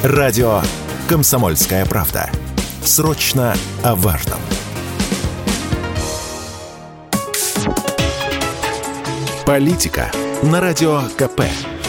Радио «Комсомольская правда». Срочно о важном. Политика на Радио КП.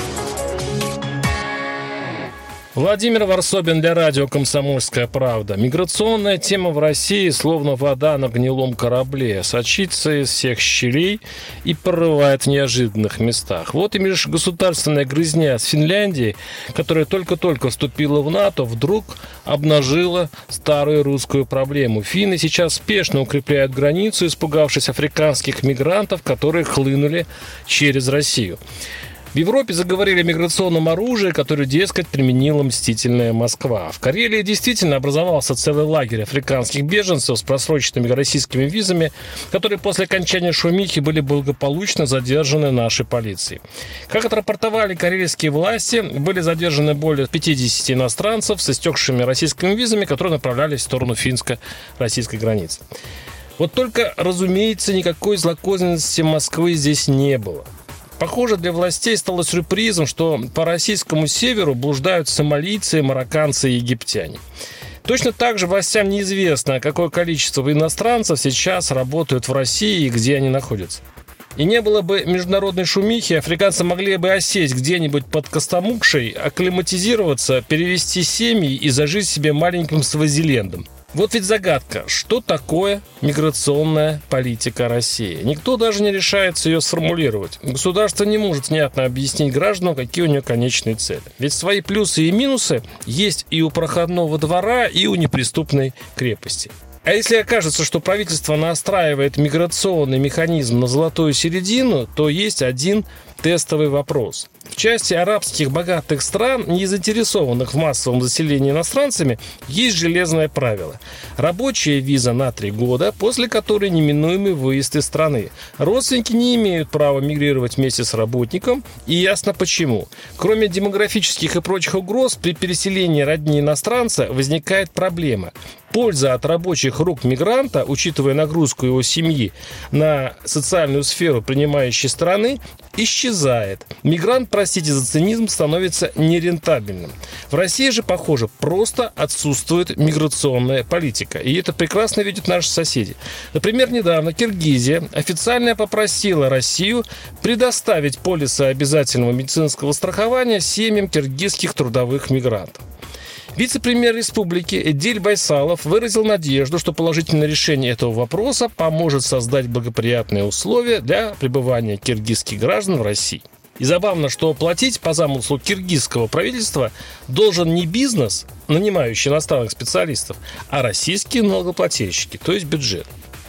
Владимир Варсобин для радио «Комсомольская правда». Миграционная тема в России словно вода на гнилом корабле. Сочится из всех щелей и прорывает в неожиданных местах. Вот и межгосударственная грызня с Финляндией, которая только-только вступила в НАТО, вдруг обнажила старую русскую проблему. Финны сейчас спешно укрепляют границу, испугавшись африканских мигрантов, которые хлынули через Россию. В Европе заговорили о миграционном оружии, которое, дескать, применила мстительная Москва. В Карелии действительно образовался целый лагерь африканских беженцев с просроченными российскими визами, которые после окончания шумихи были благополучно задержаны нашей полицией. Как отрапортовали карельские власти, были задержаны более 50 иностранцев с истекшими российскими визами, которые направлялись в сторону финско-российской границы. Вот только, разумеется, никакой злокозненности Москвы здесь не было. Похоже, для властей стало сюрпризом, что по российскому северу блуждают сомалийцы, марокканцы и египтяне. Точно так же властям неизвестно, какое количество иностранцев сейчас работают в России и где они находятся. И не было бы международной шумихи, африканцы могли бы осесть где-нибудь под Костомукшей, акклиматизироваться, перевести семьи и зажить себе маленьким Свазилендом. Вот ведь загадка, что такое миграционная политика России? Никто даже не решается ее сформулировать. Государство не может внятно объяснить гражданам, какие у нее конечные цели. Ведь свои плюсы и минусы есть и у проходного двора, и у неприступной крепости. А если окажется, что правительство настраивает миграционный механизм на золотую середину, то есть один тестовый вопрос. В части арабских богатых стран, не заинтересованных в массовом заселении иностранцами, есть железное правило. Рабочая виза на 3 года, после которой неминуемый выезд из страны. Родственники не имеют права мигрировать вместе с работником, и ясно почему. Кроме демографических и прочих угроз, при переселении родни иностранца возникает проблема. Польза от рабочих рук мигранта, учитывая нагрузку его семьи на социальную сферу принимающей страны, исчезает. Мигрант, простите за цинизм, становится нерентабельным. В России же, похоже, просто отсутствует миграционная политика. И это прекрасно видят наши соседи. Например, недавно Киргизия официально попросила Россию предоставить полисы обязательного медицинского страхования семьям киргизских трудовых мигрантов. Вице-премьер республики Эдиль Байсалов выразил надежду, что положительное решение этого вопроса поможет создать благоприятные условия для пребывания киргизских граждан в России. И забавно, что платить по замыслу киргизского правительства должен не бизнес, нанимающий иностранных специалистов, а российские налогоплательщики, то есть бюджет.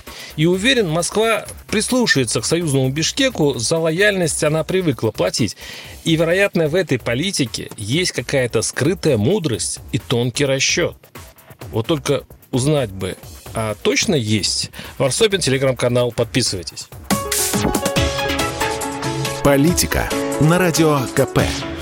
И уверен, Москва прислушается к союзному Бишкеку, за лояльность она привыкла платить. И, вероятно, в этой политике есть какая-то скрытая мудрость и тонкий расчет. Вот только узнать бы, а точно есть? Варсобин, телеграм-канал, подписывайтесь. Политика на Радио КП.